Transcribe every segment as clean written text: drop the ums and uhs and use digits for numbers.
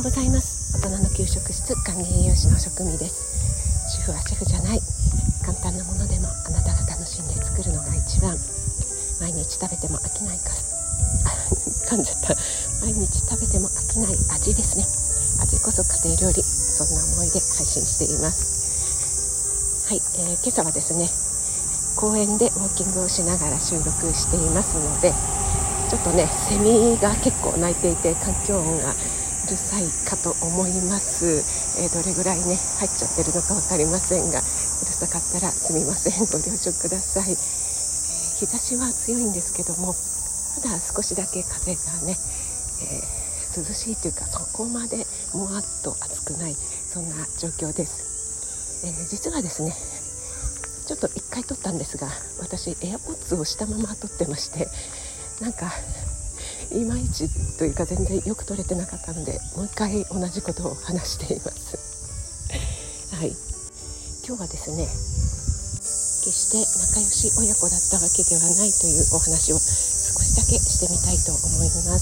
ございます。大人の給食室管理栄養士の職味です。主婦はシェフじゃない。簡単なものでもあなたが楽しんで作るのが一番。毎日食べても飽きないか噛んじゃった。毎日食べても飽きない味ですね。味こそ家庭料理。そんな思いで配信しています。はい、今朝はですね、公園でウォーキングをしながら収録していますので、ちょっとね、セミが結構鳴いていて環境音がうるさいかと思います。どれぐらいね入っちゃってるのか分かりませんが、うるさかったらすみません、ご了承ください。日差しは強いんですけども、まだ少しだけ風がね、涼しいというか、そこまでもわっと暑くない、そんな状況です。実はですね、ちょっと一回撮ったんですが、私エアポッツをしたまま撮ってまして、なんかいまいちというか全然よく撮れてなかったので、もう一回同じことを話しています。はい、今日はですね、決して仲良し親子だったわけではないというお話を少しだけしてみたいと思います。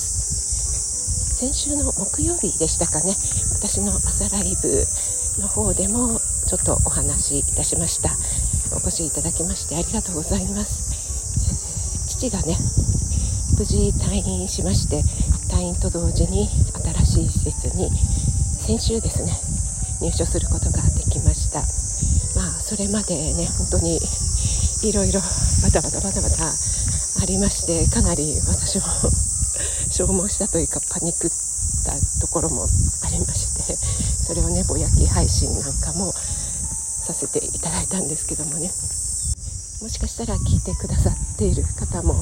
先週の木曜日でしたかね、私の朝ライブの方でもちょっとお話しいたしました。お越しいただきましてありがとうございます。父がね、無事退院しまして、退院と同時に新しい施設に先週ですね、入所することができました。それまでね、本当にいろいろバタバタありまして、かなり私も消耗したというかパニックったところもありまして、それをねぼやき配信なんかもさせていただいたんですけどもね、もしかしたら聞いてくださっている方も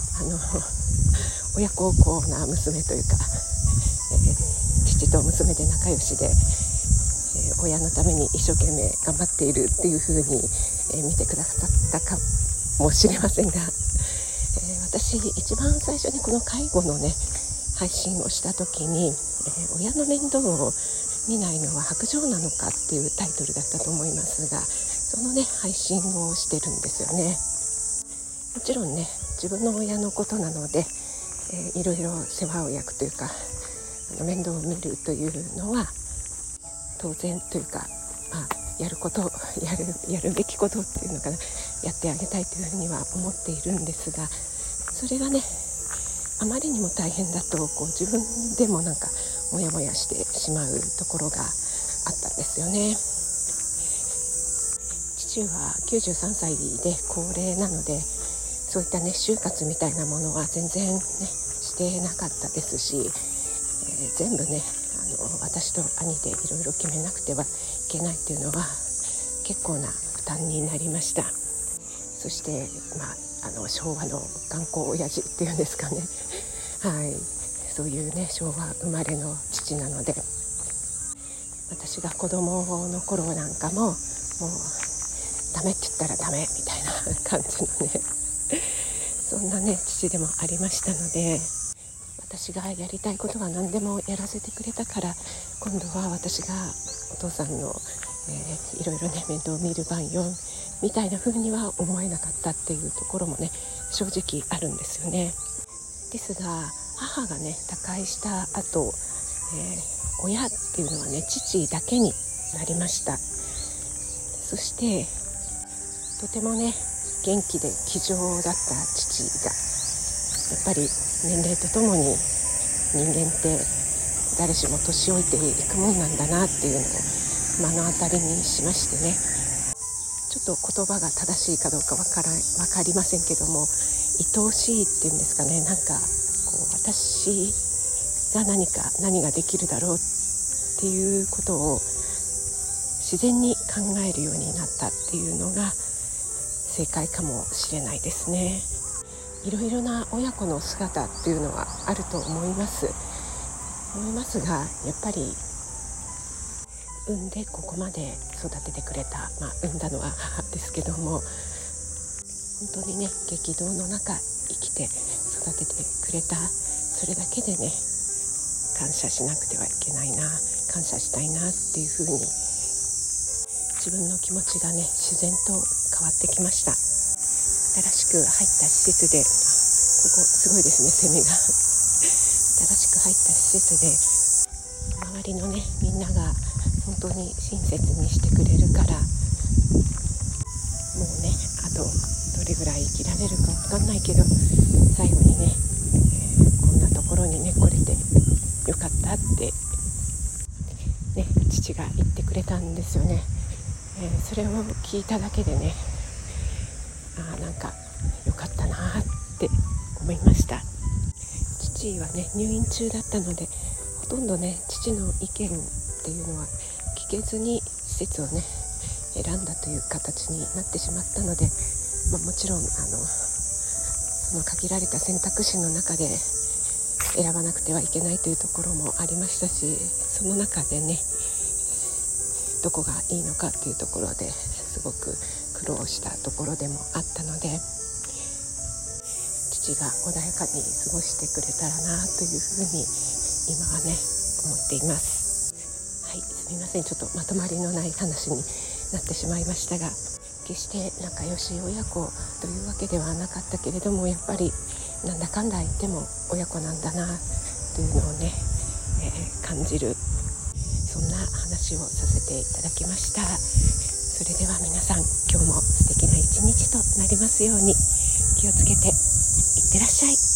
親孝行な娘というか、父と娘で仲良しで、親のために一生懸命頑張っているっていう風に、見てくださったかもしれませんが、私一番最初にこの介護のね配信をした時に、親の面倒を見ないのは白状なのかっていうタイトルだったと思いますが、そのね配信をしてるんですよね。もちろんね、自分の親のことなので、いろいろ世話を焼くというか、面倒を見るというのは当然というか、やるべきことっていうのかな、やってあげたいというふうには思っているんですが、それがねあまりにも大変だと自分でもなんかモヤモヤしてしまうところがあったんですよね。父は93歳で高齢なので、そういったね就活みたいなものは全然ねしてなかったですし、全部ね私と兄でいろいろ決めなくてはいけないっていうのは結構な負担になりました。そして、昭和の頑固親父っていうんですかねはい、そういうね昭和生まれの父なので、私が子供の頃なんかももうダメって言ったらダメみたいな感じのねそんなね父でもありましたので、私がやりたいことは何でもやらせてくれたから、今度は私がお父さんの、いろいろね面倒を見る番よみたいな風には思えなかったっていうところもね正直あるんですよね。ですが母がね他界した後、親っていうのはね父だけになりました。そしてとてもね元気で気丈だった父が、やっぱり年齢とともに人間って誰しも年老いていくもんなんだなっていうのを目の当たりにしましてね、ちょっと言葉が正しいかどうか分かりませんけども、愛おしいっていうんですかね、なんか私が何ができるだろうっていうことを自然に考えるようになったっていうのが正解かもしれないですね。いろいろな親子の姿っていうのはあると思いますが、やっぱり産んでここまで育ててくれた、産んだのは母ですけども、本当にね激動の中生きて育ててくれた、それだけでね感謝しなくてはいけないな、感謝したいなっていうふうに自分の気持ちがね自然と変わってきました。新しく入った施設で、ここすごいですね、セミが新しく入った施設で、 周りのねみんなが本当に親切にしてくれるから、もうねあとどれぐらい生きられるか分かんないけど、最後にね、こんなところにね来れてよかったってね父が言ってくれたんですよね。それを聞いただけでね、なんかよかったなって思いました。父はね入院中だったので、ほとんどね父の意見っていうのは聞けずに施設をね選んだという形になってしまったので、もちろんその限られた選択肢の中で選ばなくてはいけないというところもありましたし、その中でねどこがいいのかっていうところですごく苦労したところでもあったので、父が穏やかに過ごしてくれたらなというふうに今はね思っています。はい、すみません、ちょっとまとまりのない話になってしまいましたが、決して仲良し親子というわけではなかったけれども、やっぱりなんだかんだ言っても親子なんだなというのをね、感じる、そんな話をさせていただきました。それでは皆さん、今日も素敵な一日となりますように。気をつけていってらっしゃい。